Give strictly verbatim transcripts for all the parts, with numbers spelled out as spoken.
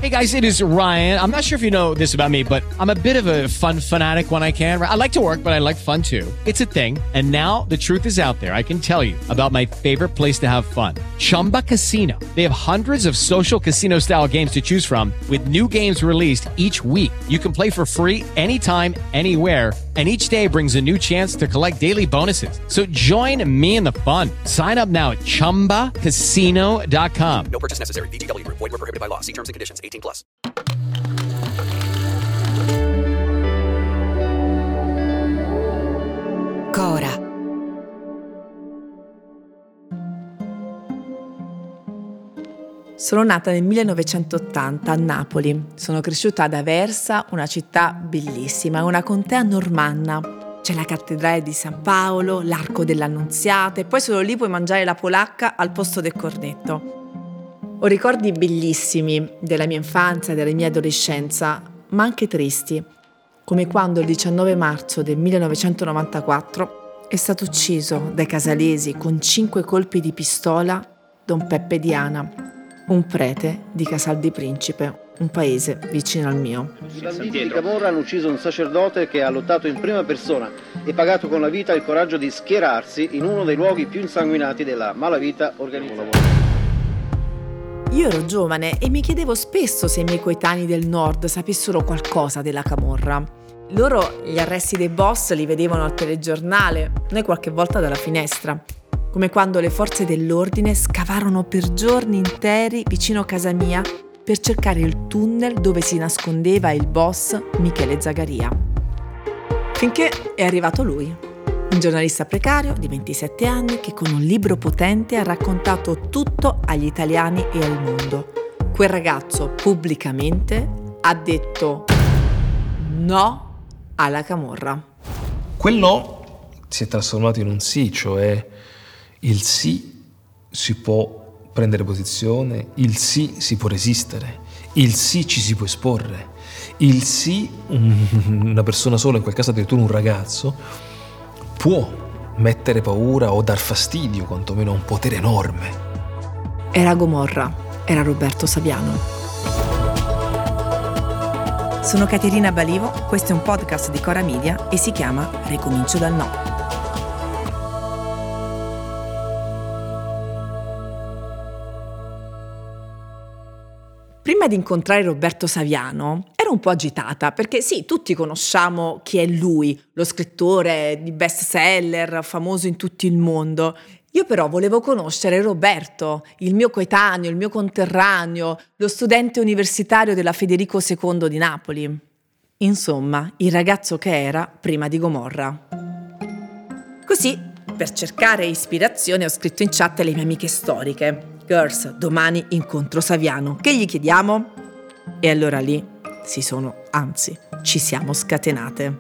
Hey guys, it is Ryan. I'm not sure if you know this about me, but I'm a bit of a fun fanatic when I can. I like to work, but I like fun too. It's a thing. And now the truth is out there. I can tell you about my favorite place to have fun. Chumba Casino. They have hundreds of social casino style games to choose from with new games released each week. You can play for free anytime, anywhere. And each day brings a new chance to collect daily bonuses. So join me in the fun. Sign up now at chumba casino dot com. No purchase necessary. V G W Group. Void where prohibited by law. See terms and conditions. eighteen plus. Cora. Sono nata nel millenovecentottanta a Napoli. Sono cresciuta ad Aversa, una città bellissima, una contea normanna. C'è la cattedrale di San Paolo, l'arco dell'Annunziata e poi solo lì puoi mangiare la polacca al posto del cornetto. Ho ricordi bellissimi della mia infanzia e della mia adolescenza, ma anche tristi, come quando il diciannove marzo del millenovecentonovantaquattro è stato ucciso dai casalesi con cinque colpi di pistola Don Peppe Diana, un prete di Casal di Principe, un paese vicino al mio. I banditi di Camorra hanno ucciso un sacerdote che ha lottato in prima persona e pagato con la vita il coraggio di schierarsi in uno dei luoghi più insanguinati della malavita organizzata. Io ero giovane e mi chiedevo spesso se i miei coetanei del nord sapessero qualcosa della camorra. Loro gli arresti dei boss li vedevano al telegiornale, noi qualche volta dalla finestra, come quando le forze dell'ordine scavarono per giorni interi vicino a casa mia per cercare il tunnel dove si nascondeva il boss Michele Zagaria. Finché è arrivato lui, un giornalista precario di ventisette anni che con un libro potente ha raccontato tutto agli italiani e al mondo. Quel ragazzo pubblicamente ha detto no alla camorra. Quel no si è trasformato in un sì, cioè il sì si può prendere posizione, il sì si può resistere, il sì ci si può esporre, il sì, una persona sola, in quel caso addirittura un ragazzo, può mettere paura o dar fastidio, quantomeno a un potere enorme. Era Gomorra, era Roberto Saviano. Sono Caterina Balivo, questo è un podcast di Cora Media e si chiama Ricomincio dal no. Prima di incontrare Roberto Saviano ero un po' agitata perché sì, tutti conosciamo chi è lui, lo scrittore di bestseller famoso in tutto il mondo. Io però volevo conoscere Roberto, il mio coetaneo, il mio conterraneo, lo studente universitario della Federico secondo di Napoli. Insomma, il ragazzo che era prima di Gomorra. Così, per cercare ispirazione, ho scritto in chat alle mie amiche storiche. Girls, domani incontro Saviano. Che gli chiediamo? E allora lì si sono, anzi, ci siamo scatenate.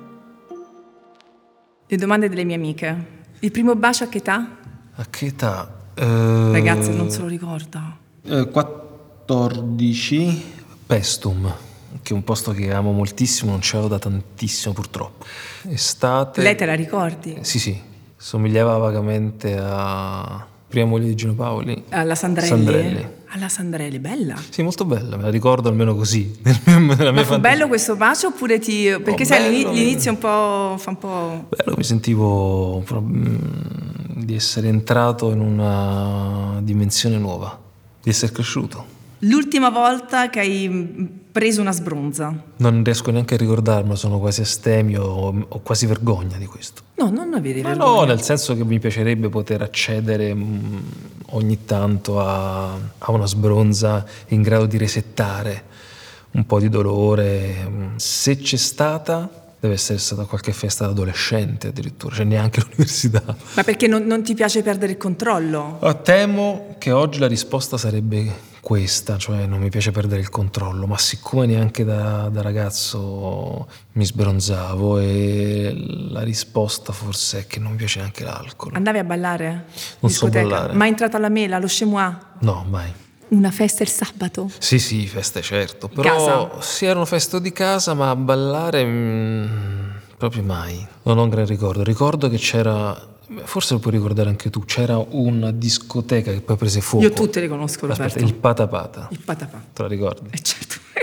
Le domande delle mie amiche. Il primo bacio a che età? A che età? Eh, Ragazzi, non se lo ricorda. Eh, quattordici. Pestum, che è un posto che amo moltissimo, non ce l'ho da tantissimo purtroppo. Estate. Lei te la ricordi? Sì, sì. Somigliava vagamente a prima moglie di Gino Paoli. Alla Sandrelli? Sandrelli. Alla Sandrelli, bella. Sì, molto bella, me la ricordo almeno così. Nella mia Ma fu fantasia. bello questo bacio oppure ti... Perché Oh, sai, bello. l'inizio un po' fa un po'... Bello, mi sentivo pro- mm, di essere entrato in una dimensione nuova, di essere cresciuto. L'ultima volta che hai preso una sbronza? Non riesco neanche a ricordarmelo, sono quasi astemio, ho, ho quasi vergogna di questo. No, non avevi Ma vergogna. no, nel senso che mi piacerebbe poter accedere mh, ogni tanto a, a una sbronza in grado di resettare un po' di dolore. Se c'è stata, deve essere stata qualche festa d'adolescente addirittura, cioè neanche l'università. Ma perché non, non ti piace perdere il controllo? Oh, temo che oggi la risposta sarebbe questa, cioè non mi piace perdere il controllo, ma siccome neanche da, da ragazzo mi sbronzavo, e la risposta forse è che non mi piace neanche l'alcol. Andavi a ballare? Non so Discoteca? ballare. Mai entrata alla mela, allo chemois? No, mai. Una festa il sabato? Sì, sì, feste certo, Casa? però sì, erano feste di casa, ma a ballare mm, proprio mai. Non ho un gran ricordo. Ricordo che c'era, forse lo puoi ricordare anche tu, c'era una discoteca che poi prese fuoco. Io tutte le conosco, Roberto. Aspetta, il Patapata. Il patapà. Te la ricordi? Eh certo,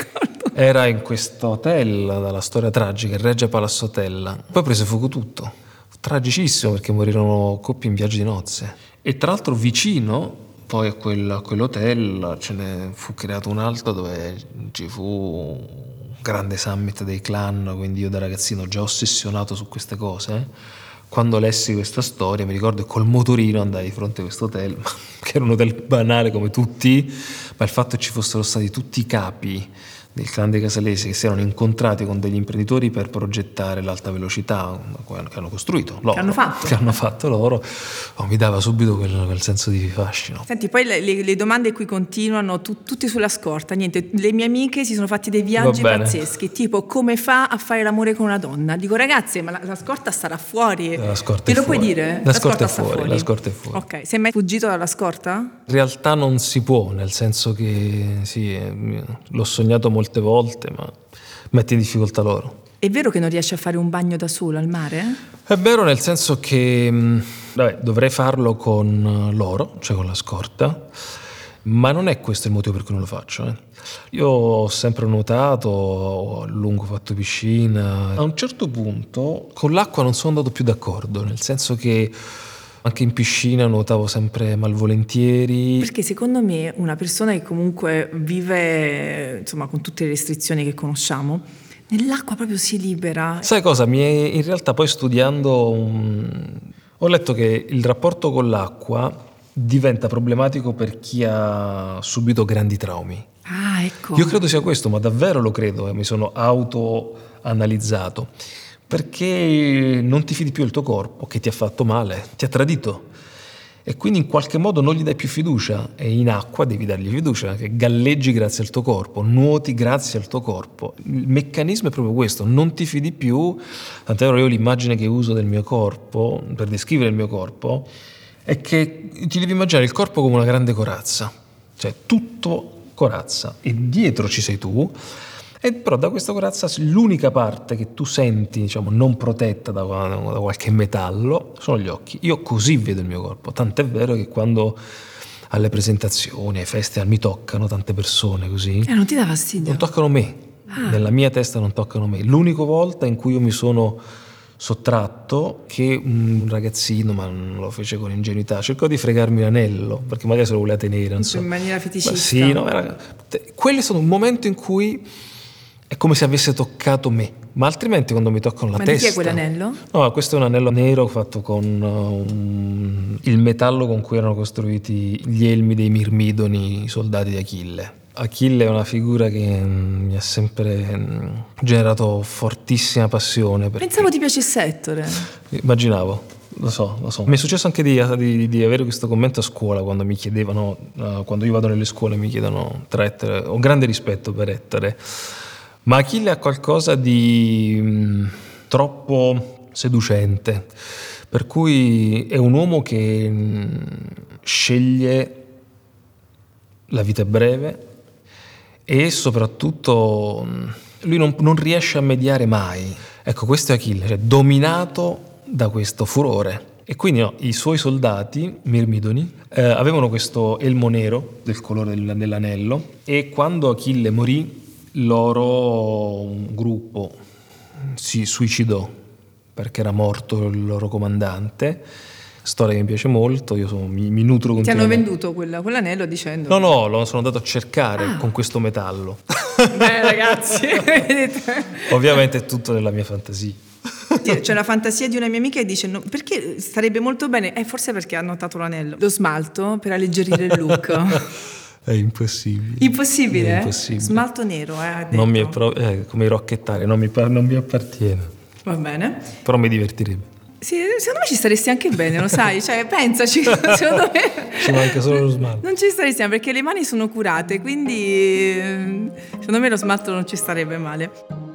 era in questo hotel dalla storia tragica, il Regia Palace Hotel. Poi prese fuoco tutto, tragicissimo, perché morirono coppie in viaggio di nozze. E tra l'altro vicino poi a, quel, a quell'hotel ce ne fu creato un altro dove ci fu un grande summit dei clan, quindi io da ragazzino già ossessionato su queste cose, quando lessi questa storia mi ricordo che col motorino andai di fronte a questo hotel, che era un hotel banale come tutti, ma il fatto che ci fossero stati tutti i capi del clan dei Casalesi che si erano incontrati con degli imprenditori per progettare l'alta velocità che hanno costruito loro, che hanno fatto, che hanno fatto loro oh, mi dava subito quel, quel senso di fascino. Senti, poi le, le domande qui continuano tu, tutte sulla scorta. Niente, le mie amiche si sono fatti dei viaggi pazzeschi, tipo come fa a fare l'amore con una donna. Dico ragazze, ma la, la scorta starà fuori, la scorta te lo fuori. puoi dire? La, la scorta, scorta è fuori, fuori la scorta è fuori. Ok, sei mai fuggito dalla scorta? In realtà non si può, nel senso che sì, l'ho sognato molte volte, ma mette in difficoltà loro. È vero che non riesci a fare un bagno da solo al mare? È vero, nel senso che vabbè, dovrei farlo con loro, cioè con la scorta, ma non è questo il motivo per cui non lo faccio. Eh. Io ho sempre nuotato, ho a lungo fatto piscina. A un certo punto con l'acqua non sono andato più d'accordo, nel senso che anche in piscina nuotavo sempre malvolentieri. Perché secondo me una persona che comunque vive, insomma, con tutte le restrizioni che conosciamo, nell'acqua proprio si libera. Sai cosa? Mi è, in realtà poi studiando um, ho letto che il rapporto con l'acqua diventa problematico per chi ha subito grandi traumi. Ah, ecco. Io credo sia questo, ma davvero lo credo, e mi sono autoanalizzato. Perché non ti fidi più del tuo corpo, che ti ha fatto male, ti ha tradito. E quindi in qualche modo non gli dai più fiducia, e in acqua devi dargli fiducia, che galleggi grazie al tuo corpo, nuoti grazie al tuo corpo. Il meccanismo è proprio questo, non ti fidi più. Tant'è vero, io l'immagine che uso del mio corpo, per descrivere il mio corpo, è che ti devi immaginare il corpo come una grande corazza, cioè tutto corazza, e dietro ci sei tu. E però da questa corazza l'unica parte che tu senti, diciamo, non protetta da, da qualche metallo sono gli occhi. Io così vedo il mio corpo, tant'è vero che quando alle presentazioni, ai festival mi toccano tante persone così, eh, non ti dà fastidio? Non toccano me, ah. Nella mia testa non toccano me. L'unica volta in cui io mi sono sottratto, che un ragazzino, ma non lo fece con ingenuità, cercò di fregarmi l'anello perché magari se lo voleva tenere, non so. In maniera feticista. Ma sì, no, era... quello è stato un momento in cui è come se avesse toccato me, ma altrimenti quando mi toccano la ma testa... Ma di chi è quell'anello? No, questo è un anello nero fatto con uh, un... il metallo con cui erano costruiti gli elmi dei Mirmidoni, i soldati di Achille. Achille è una figura che mm, mi ha sempre mm, generato fortissima passione. Perché... Pensavo ti piacesse Ettore. Immaginavo, lo so, lo so. Mi è successo anche di, di, di avere questo commento a scuola quando mi chiedevano, uh, quando io vado nelle scuole mi chiedono tra Ettore, ho grande rispetto per Ettore, ma Achille ha qualcosa di mh, troppo seducente, per cui è un uomo che mh, sceglie la vita breve e soprattutto mh, lui non, non riesce a mediare mai. Ecco, questo è Achille, cioè dominato da questo furore. E quindi no, i suoi soldati, Mirmidoni, eh, avevano questo elmo nero del colore del, dell'anello, e quando Achille morì loro, un gruppo, si suicidò perché era morto il loro comandante. Storia che mi piace molto, io sono, mi, mi nutro continuamente. Ti hanno venduto quella, quell'anello dicendo... No, no, lo sono andato a cercare ah. con questo metallo. Beh ragazzi, vedete? Ovviamente è tutto nella mia fantasia. C'è la fantasia di una mia amica che dice no, perché starebbe molto bene, eh, forse perché ha notato l'anello, lo smalto per alleggerire il look. È impossibile. Impossibile? È impossibile. Smalto nero, eh, non mi è pro- eh, come i rocchettari, non mi, non mi appartiene. Va bene. Però mi divertirebbe. Sì, secondo me ci staresti anche bene, lo sai, cioè pensaci, secondo me ci manca solo lo smalto. Non ci staresti bene perché le mani sono curate, quindi secondo me lo smalto non ci starebbe male.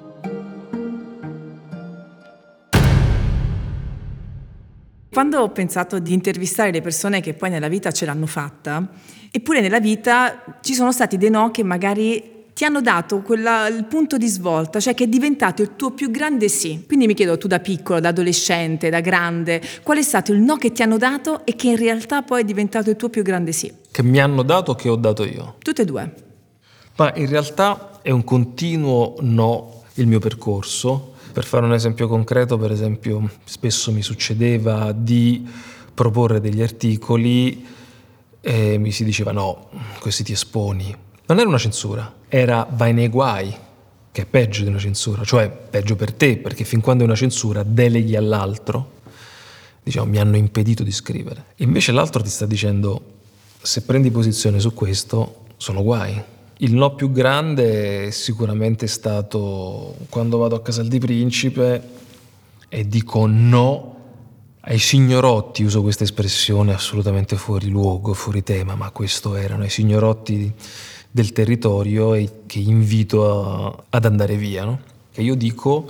Quando ho pensato di intervistare le persone che poi nella vita ce l'hanno fatta, eppure nella vita ci sono stati dei no che magari ti hanno dato quella, il punto di svolta, cioè che è diventato il tuo più grande sì. Quindi mi chiedo, tu da piccolo, da adolescente, da grande, qual è stato il no che ti hanno dato e che in realtà poi è diventato il tuo più grande sì? Che mi hanno dato o che ho dato io? Tutte e due. Ma in realtà è un continuo no il mio percorso. Per fare un esempio concreto, per esempio, spesso mi succedeva di proporre degli articoli e mi si diceva no, questi ti esponi. Non era una censura, era vai nei guai, che è peggio di una censura, cioè peggio per te, perché fin quando è una censura deleghi all'altro, diciamo mi hanno impedito di scrivere. Invece l'altro ti sta dicendo se prendi posizione su questo sono guai. Il no più grande è sicuramente stato quando vado a Casal di Principe e dico no ai signorotti, uso questa espressione assolutamente fuori luogo, fuori tema, ma questo erano i signorotti del territorio e che invito a, ad andare via, no? Che io dico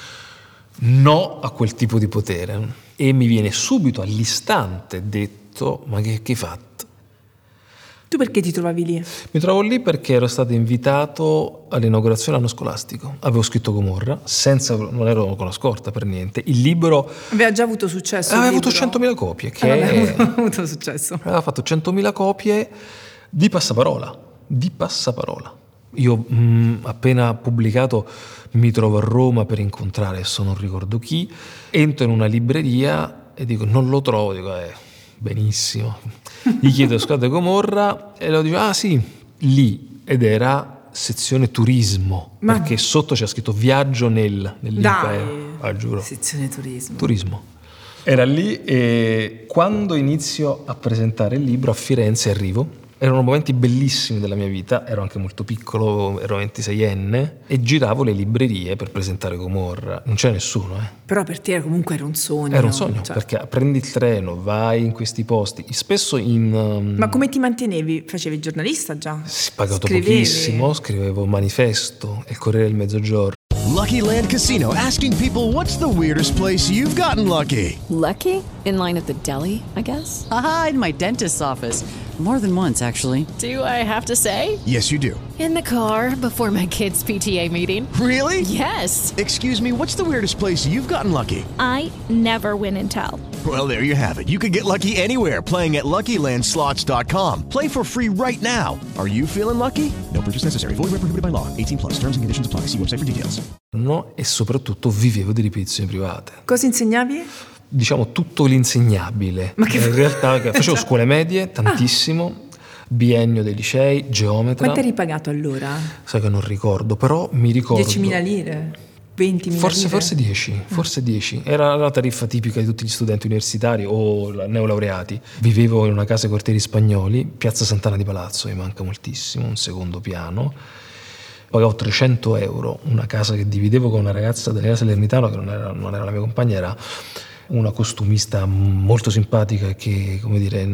no a quel tipo di potere e mi viene subito all'istante detto ma che, che hai fatto? Tu perché ti trovavi lì? Mi trovo lì perché ero stato invitato all'inaugurazione dell'anno scolastico. Avevo scritto Gomorra, senza, non ero con la scorta per niente. Il libro aveva già avuto successo. Aveva il avuto libro. centomila copie. Che ah, aveva avuto successo. Aveva fatto centomila copie di passaparola. Di passaparola. Io mh, appena pubblicato mi trovo a Roma per incontrare, adesso non ricordo chi, entro in una libreria e dico non lo trovo, dico eh, benissimo. Gli chiedo Scusate Gomorra e lo dico ah sì, lì, ed era sezione turismo, Ma... perché sotto c'è scritto viaggio nel, nell'impero. Dai, ah, giuro. sezione turismo. Turismo. Era lì e quando inizio a presentare il libro a Firenze arrivo. Erano momenti bellissimi della mia vita, ero anche molto piccolo, ero ventiseienne e giravo le librerie per presentare Gomorra. Non c'era nessuno, eh. Però per te comunque era un sogno. Era un sogno, cioè... perché prendi il treno, vai in questi posti, spesso in... Um... Ma come ti mantenevi? Facevi il giornalista già? Si pagato Scrivevi? pochissimo, scrivevo Manifesto e il Corriere del Mezzogiorno. Lucky Land Casino, asking people what's the weirdest place you've gotten lucky? Lucky? In line at the deli, I guess? Aha, in my dentist's office. More than once, actually. Do I have to say? Yes, you do. In the car before my kids' P T A meeting. Really? Yes. Excuse me, what's the weirdest place you've gotten lucky? I never win and tell. Well, there you have it. You can get lucky anywhere, playing at Lucky Land Slots dot com. Play for free right now. Are you feeling lucky? No purchase necessary. Void where prohibited by law. eighteen plus. Terms and conditions apply. See website for details. No, e soprattutto vivevo di ripetizioni private. Cosa insegnavi? Diciamo tutto l'insegnabile. Ma che... In realtà facevo scuole medie, tantissimo, ah. biennio dei licei, geometra. Quanto eri pagato allora? Sai che non ricordo, però mi ricordo. diecimila lire? ventimila forse, lire? Forse dieci, forse dieci. Era la tariffa tipica di tutti gli studenti universitari o neolaureati. Vivevo in una casa ai quartieri spagnoli, Piazza Sant'Anna di Palazzo, mi manca moltissimo, un secondo piano. Pagavo trecento euro, una casa che dividevo con una ragazza della Salernitano che non era, non era la mia compagna, era una costumista molto simpatica che, come dire,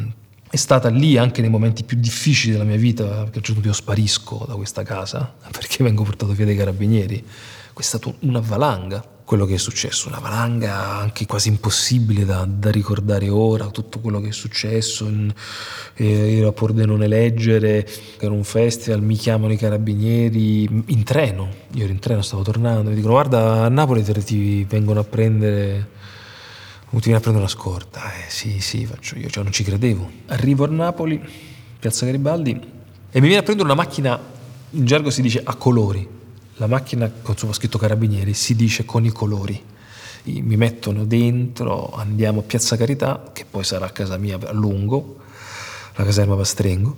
è stata lì anche nei momenti più difficili della mia vita, perché a un certo punto io sparisco da questa casa perché vengo portato via dai carabinieri. È stata una valanga quello che è successo, una valanga anche quasi impossibile da, da ricordare ora, tutto quello che è successo, in, eh, ero a Pordenone Leggere, era un festival, mi chiamano i carabinieri in treno, io ero in treno, stavo tornando, mi dicono guarda a Napoli ti vengono a prendere, ti viene a prendere una scorta, eh sì sì faccio io, cioè non ci credevo. Arrivo a Napoli, Piazza Garibaldi e mi viene a prendere una macchina, in gergo si dice a colori. La macchina con sopra scritto Carabinieri si dice con i colori. Mi mettono dentro, andiamo a Piazza Carità, che poi sarà a casa mia a lungo, la caserma Pastrengo.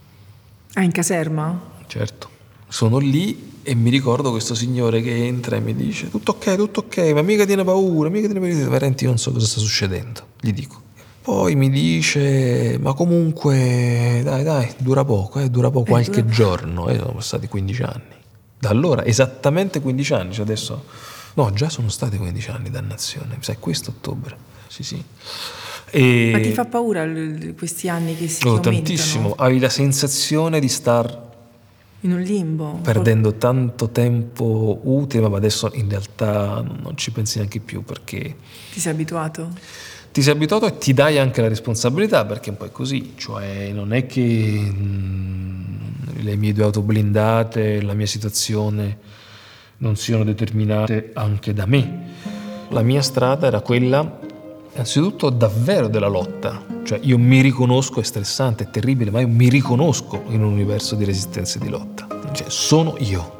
Ah, in caserma? Certo. Sono lì e mi ricordo questo signore che entra e mi dice tutto ok, tutto ok, ma mica tiene paura, mica tiene paura. Veramente io non so cosa sta succedendo, gli dico. Poi mi dice, ma comunque, dai, dai, dura poco, eh, dura poco, eh, qualche dura... giorno. E sono passati quindici anni. Da allora, esattamente quindici anni, cioè adesso... No, già sono stati quindici anni, dannazione. Sai, questo ottobre. Sì, sì. E... Ma ti fa paura questi anni che si oh, aumentano? Tantissimo. Avevi la sensazione di star... in un limbo. Perdendo tanto tempo utile, ma adesso in realtà non ci pensi neanche più perché... Ti sei abituato? Ti sei abituato e ti dai anche la responsabilità, perché un po' è così. Cioè, non è che... Mh, le mie due auto blindate, la mia situazione non siano determinate anche da me. La mia strada era quella innanzitutto davvero della lotta. Cioè io mi riconosco, è stressante, è terribile, ma io mi riconosco in un universo di resistenza e di lotta. Cioè sono io.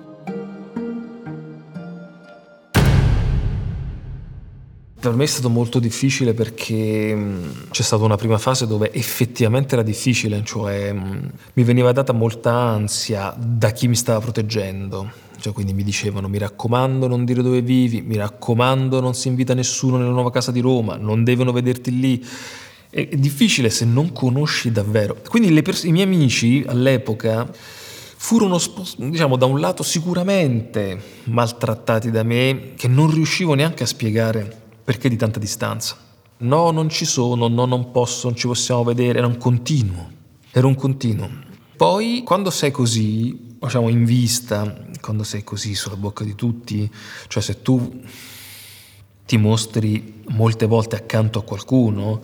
Per me è stato molto difficile perché c'è stata una prima fase dove effettivamente era difficile, cioè mi veniva data molta ansia da chi mi stava proteggendo, cioè quindi mi dicevano mi raccomando non dire dove vivi, mi raccomando non si invita nessuno nella nuova casa di Roma, non devono vederti lì. È difficile se non conosci davvero. Quindi le pers- i miei amici all'epoca furono, diciamo, da un lato sicuramente maltrattati da me, che non riuscivo neanche a spiegare perché di tanta distanza. No, non ci sono, no, non posso, non ci possiamo vedere. Era un continuo, era un continuo. Poi, quando sei così, diciamo, in vista, quando sei così sulla bocca di tutti, cioè se tu ti mostri molte volte accanto a qualcuno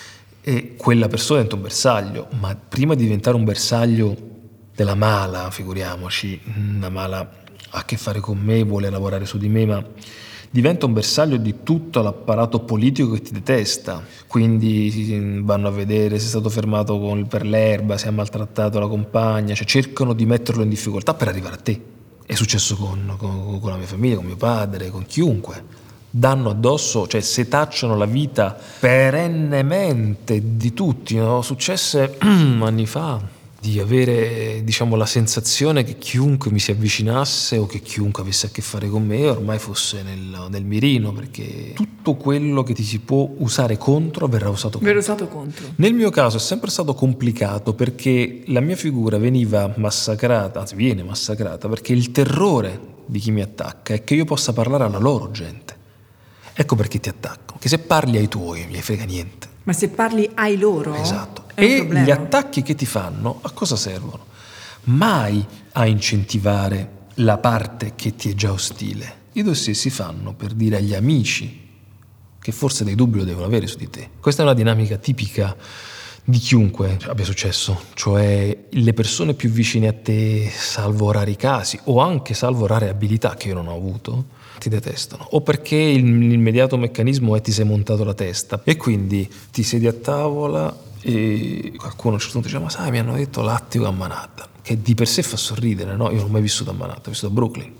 e quella persona diventa un bersaglio, ma prima di diventare un bersaglio della mala, figuriamoci, la mala ha a che fare con me, vuole lavorare su di me, ma diventa un bersaglio di tutto l'apparato politico che ti detesta. Quindi vanno a vedere se è stato fermato con, per l'erba, se ha maltrattato la compagna, cioè cercano di metterlo in difficoltà per arrivare a te. È successo con, con, con la mia famiglia, con mio padre, con chiunque. Danno addosso, cioè setacciano la vita perennemente di tutti, no? Successe anni fa di avere, diciamo, la sensazione che chiunque mi si avvicinasse o che chiunque avesse a che fare con me ormai fosse nel, nel mirino, perché tutto quello che ti si può usare contro verrà usato contro. Verrà usato contro. Nel mio caso è sempre stato complicato perché la mia figura veniva massacrata, anzi viene massacrata, perché il terrore di chi mi attacca è che io possa parlare alla loro gente. Ecco perché ti attaccano, che se parli ai tuoi non gli frega niente. Ma se parli ai loro? Esatto. È un e problema. Gli attacchi che ti fanno a cosa servono? Mai a incentivare la parte che ti è già ostile. I dossier si fanno per dire agli amici che forse dei dubbi lo devono avere su di te. Questa è una dinamica tipica di chiunque abbia successo, cioè le persone più vicine a te, salvo rari casi o anche salvo rare abilità che io non ho avuto, ti detestano, o perché il, l'immediato meccanismo è ti sei montato la testa e quindi ti siedi a tavola e qualcuno a un certo punto dice ma sai mi hanno detto l'attico a Manhattan, che di per sé fa sorridere, no? Io non ho mai vissuto a Manhattan, ho vissuto a Brooklyn.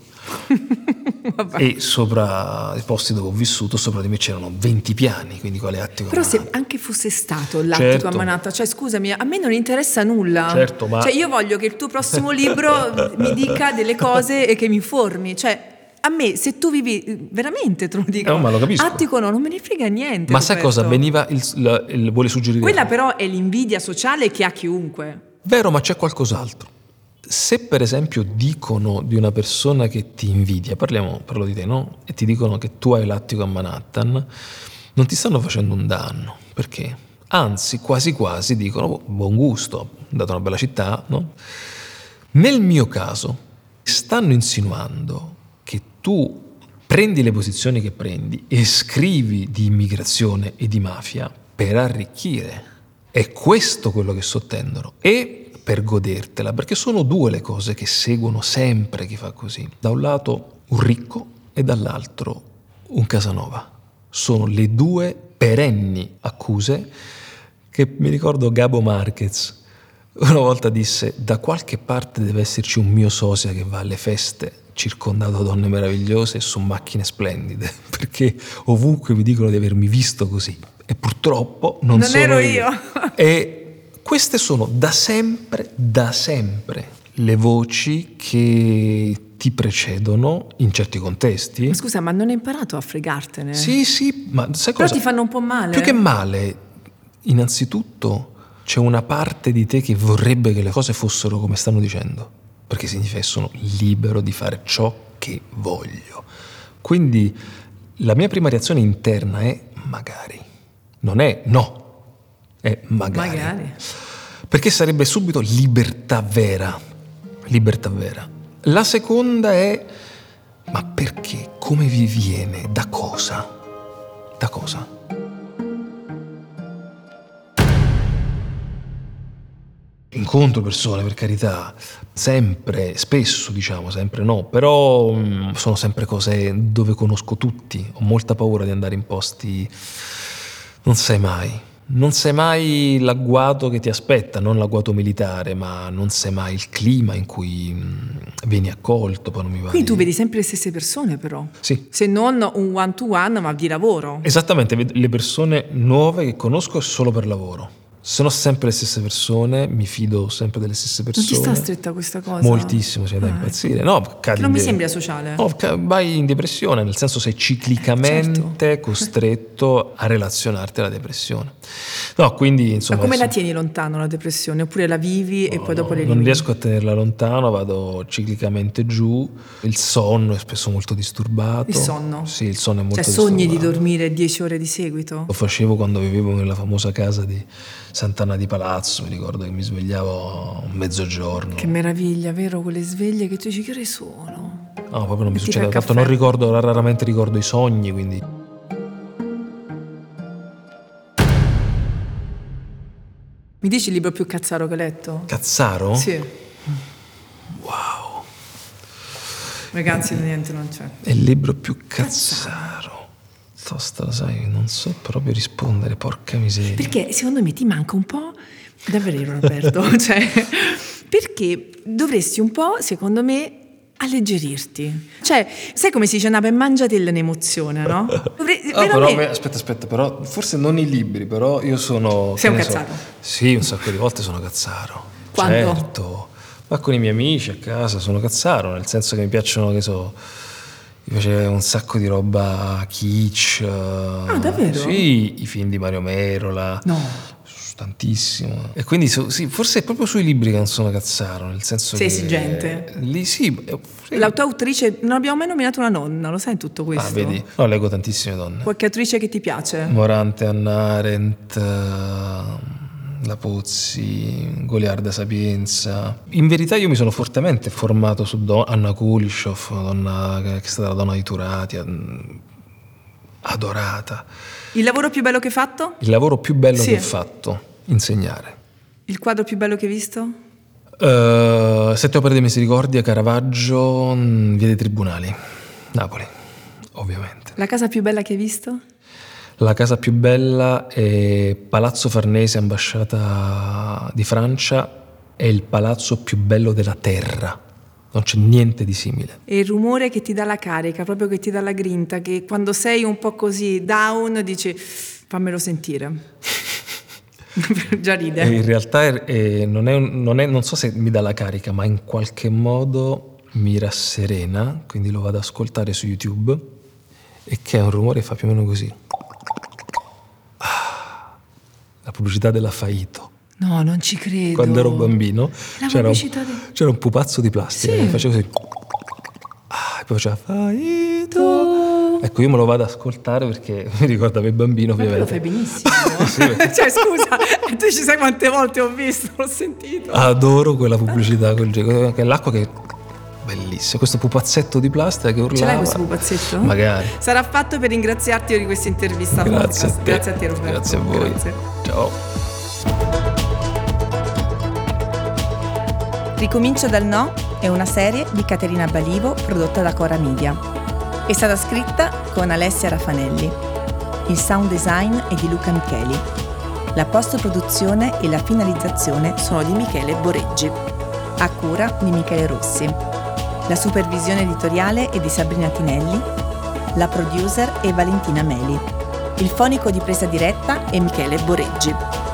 E sopra i posti dove ho vissuto sopra di me c'erano venti piani, quindi quale attico però a Manhattan? Se anche fosse stato l'attico certo. a Manhattan, cioè scusami, a me non interessa nulla, certo, ma... cioè io voglio che il tuo prossimo libro mi dica delle cose e che mi informi, cioè a me se tu vivi veramente te lo dico, eh, ma lo capisco. attico no, non me ne frega niente. Ma sai questo. cosa veniva il, il, il vuole suggerire? Quella però è l'invidia sociale che ha chiunque. Vero, ma c'è qualcos'altro. Se per esempio dicono di una persona che ti invidia, parliamo, parlo di te, no? E ti dicono che tu hai l'attico a Manhattan, non ti stanno facendo un danno. Perché? Anzi, quasi quasi dicono, oh, buon gusto, dato una bella città, no? Nel mio caso, stanno insinuando che tu prendi le posizioni che prendi e scrivi di immigrazione e di mafia per arricchire. È questo quello che sottendono. E per godertela, perché sono due le cose che seguono sempre chi fa così. Da un lato un ricco e dall'altro un Casanova. Sono le due perenni accuse che mi ricordo Gabo Marquez una volta disse: da qualche parte deve esserci un mio sosia che va alle feste circondato da donne meravigliose e su macchine splendide, perché ovunque mi dicono di avermi visto così e purtroppo non, non sono ero io, io. E queste sono da sempre, da sempre le voci che ti precedono in certi contesti. Ma scusa, ma non hai imparato a fregartene? Sì, sì, ma sai però cosa? Ti fanno un po' male. Più che male, innanzitutto c'è una parte di te che vorrebbe che le cose fossero come stanno dicendo, perché significa che sono libero di fare ciò che voglio. Quindi la mia prima reazione interna è magari, non è no, è magari. Magari. Perché sarebbe subito libertà vera, libertà vera. La seconda è, ma perché? Come vi viene? Da cosa? Da cosa? Incontro persone, per carità, sempre, spesso diciamo, sempre no, però mh, sono sempre cose dove conosco tutti. Ho molta paura di andare in posti Non sai mai. Non sai mai l'agguato che ti aspetta, non l'agguato militare, ma non sai mai il clima in cui mh, vieni accolto. Poi non mi va Quindi di... tu vedi sempre le stesse persone però? Sì. Se non un one to one, ma di lavoro? Esattamente, le persone nuove che conosco solo per lavoro. Sono sempre le stesse persone, mi fido sempre delle stesse persone. Non ti sta stretta questa cosa? Moltissimo, c'è da Ah, impazzire. No, cadi non in mi de- sembra sociale. No, ca- vai in depressione, nel senso sei ciclicamente certo. costretto a relazionarti alla depressione. No, quindi insomma... Ma come la adesso- tieni lontano la depressione? Oppure la vivi e No, poi dopo no, le non elimini? riesco a tenerla lontano, vado ciclicamente giù. Il sonno è spesso molto disturbato. Il sonno? Sì, il sonno è molto Cioè sogni disturbato. di dormire dieci ore di seguito? Lo facevo quando vivevo nella famosa casa di Sant'Anna di Palazzo, mi ricordo che mi svegliavo a mezzogiorno. Che meraviglia, vero? Quelle sveglie che tu dici che ore sono? No, proprio non mi E ti succede, fai il tanto caffè? non ricordo, raramente ricordo i sogni, quindi... Mi dici il libro più cazzaro che hai letto? Cazzaro? Sì. Wow. Ragazzi, niente, non c'è. È il libro più cazzaro. Tosta, lo sai, non so proprio rispondere, porca miseria. Perché secondo me ti manca un po', davvero Roberto, cioè, perché dovresti un po', secondo me, alleggerirti. Cioè, sai come si dice, Nave, mangiati l'emozione, no? Dovrei, Ah, però, veramente- me- aspetta, aspetta, però forse non i libri, però io sono... Sei che un ne so, cazzaro? sì, un sacco di volte sono cazzaro. Quando? Certo. Ma con i miei amici a casa sono cazzaro, nel senso che mi piacciono, che so... Mi piace un sacco di roba kitsch. Ah, davvero? Sì, i film di Mario Merola. No. Tantissimo. E quindi su- sì, forse è proprio sui libri che non sono cazzaro, nel senso Sei che... esigente? Lì sì. eh, sì. La tua autrice, non abbiamo mai nominato una nonna, lo sai in tutto questo? Ah, vedi? No, leggo tantissime donne. Qualche autrice che ti piace? Morante, Hannah Arendt, eh, La Pozzi, Goliarda Sapienza. In verità io mi sono fortemente formato su Don- Anna Kulishov, donna che che è stata la donna di Turati, ad- adorata. Il lavoro più bello che hai fatto? Il lavoro più bello Sì. che ho fatto, insegnare. Il quadro più bello che hai visto? Uh, Sette opere di Misericordia, Caravaggio, mh, Via dei Tribunali, Napoli, ovviamente. La casa più bella che hai visto? La casa più bella è Palazzo Farnese, ambasciata di Francia, è il palazzo più bello della terra, non c'è niente di simile. E il rumore che ti dà la carica, proprio che ti dà la grinta, che quando sei un po' così down dici fammelo sentire. Già ride. E in realtà è- è- non, è un- non è- non so se mi dà la carica, ma in qualche modo mi rasserena, quindi lo vado ad ascoltare su YouTube, e che è un rumore che fa più o meno così. Ah, la pubblicità della Faito. No, non ci credo. Quando ero bambino La c'era un, pubblicità di- c'era un pupazzo di plastica Sì. che faceva così. Ah, e poi faceva Faito. Ecco, io me lo vado ad ascoltare perché mi ricorda me bambino, Ma tu lo ovviamente. fai benissimo. Cioè, scusa, tu ci sai quante volte ho visto, l'ho sentito. Adoro quella pubblicità, quel gioco, che è l'acqua che bellissimo, questo pupazzetto di plastica che urlava. Ce l'hai questo pupazzetto? Magari. Sarà fatto per ringraziarti di questa intervista. al Grazie a podcast. te. Grazie a te, Roberto. Grazie a voi. Grazie. Ciao. Ricomincio dal no è una serie di Caterina Balivo prodotta da Cora Media. È stata scritta con Alessia Raffanelli. Il sound design è di Luca Micheli. La post-produzione e la finalizzazione sono di Michele Boreggi, a cura di Michele Rossi. La supervisione editoriale è di Sabrina Tinelli. La producer è Valentina Meli. Il fonico di presa diretta è Michele Boreggi.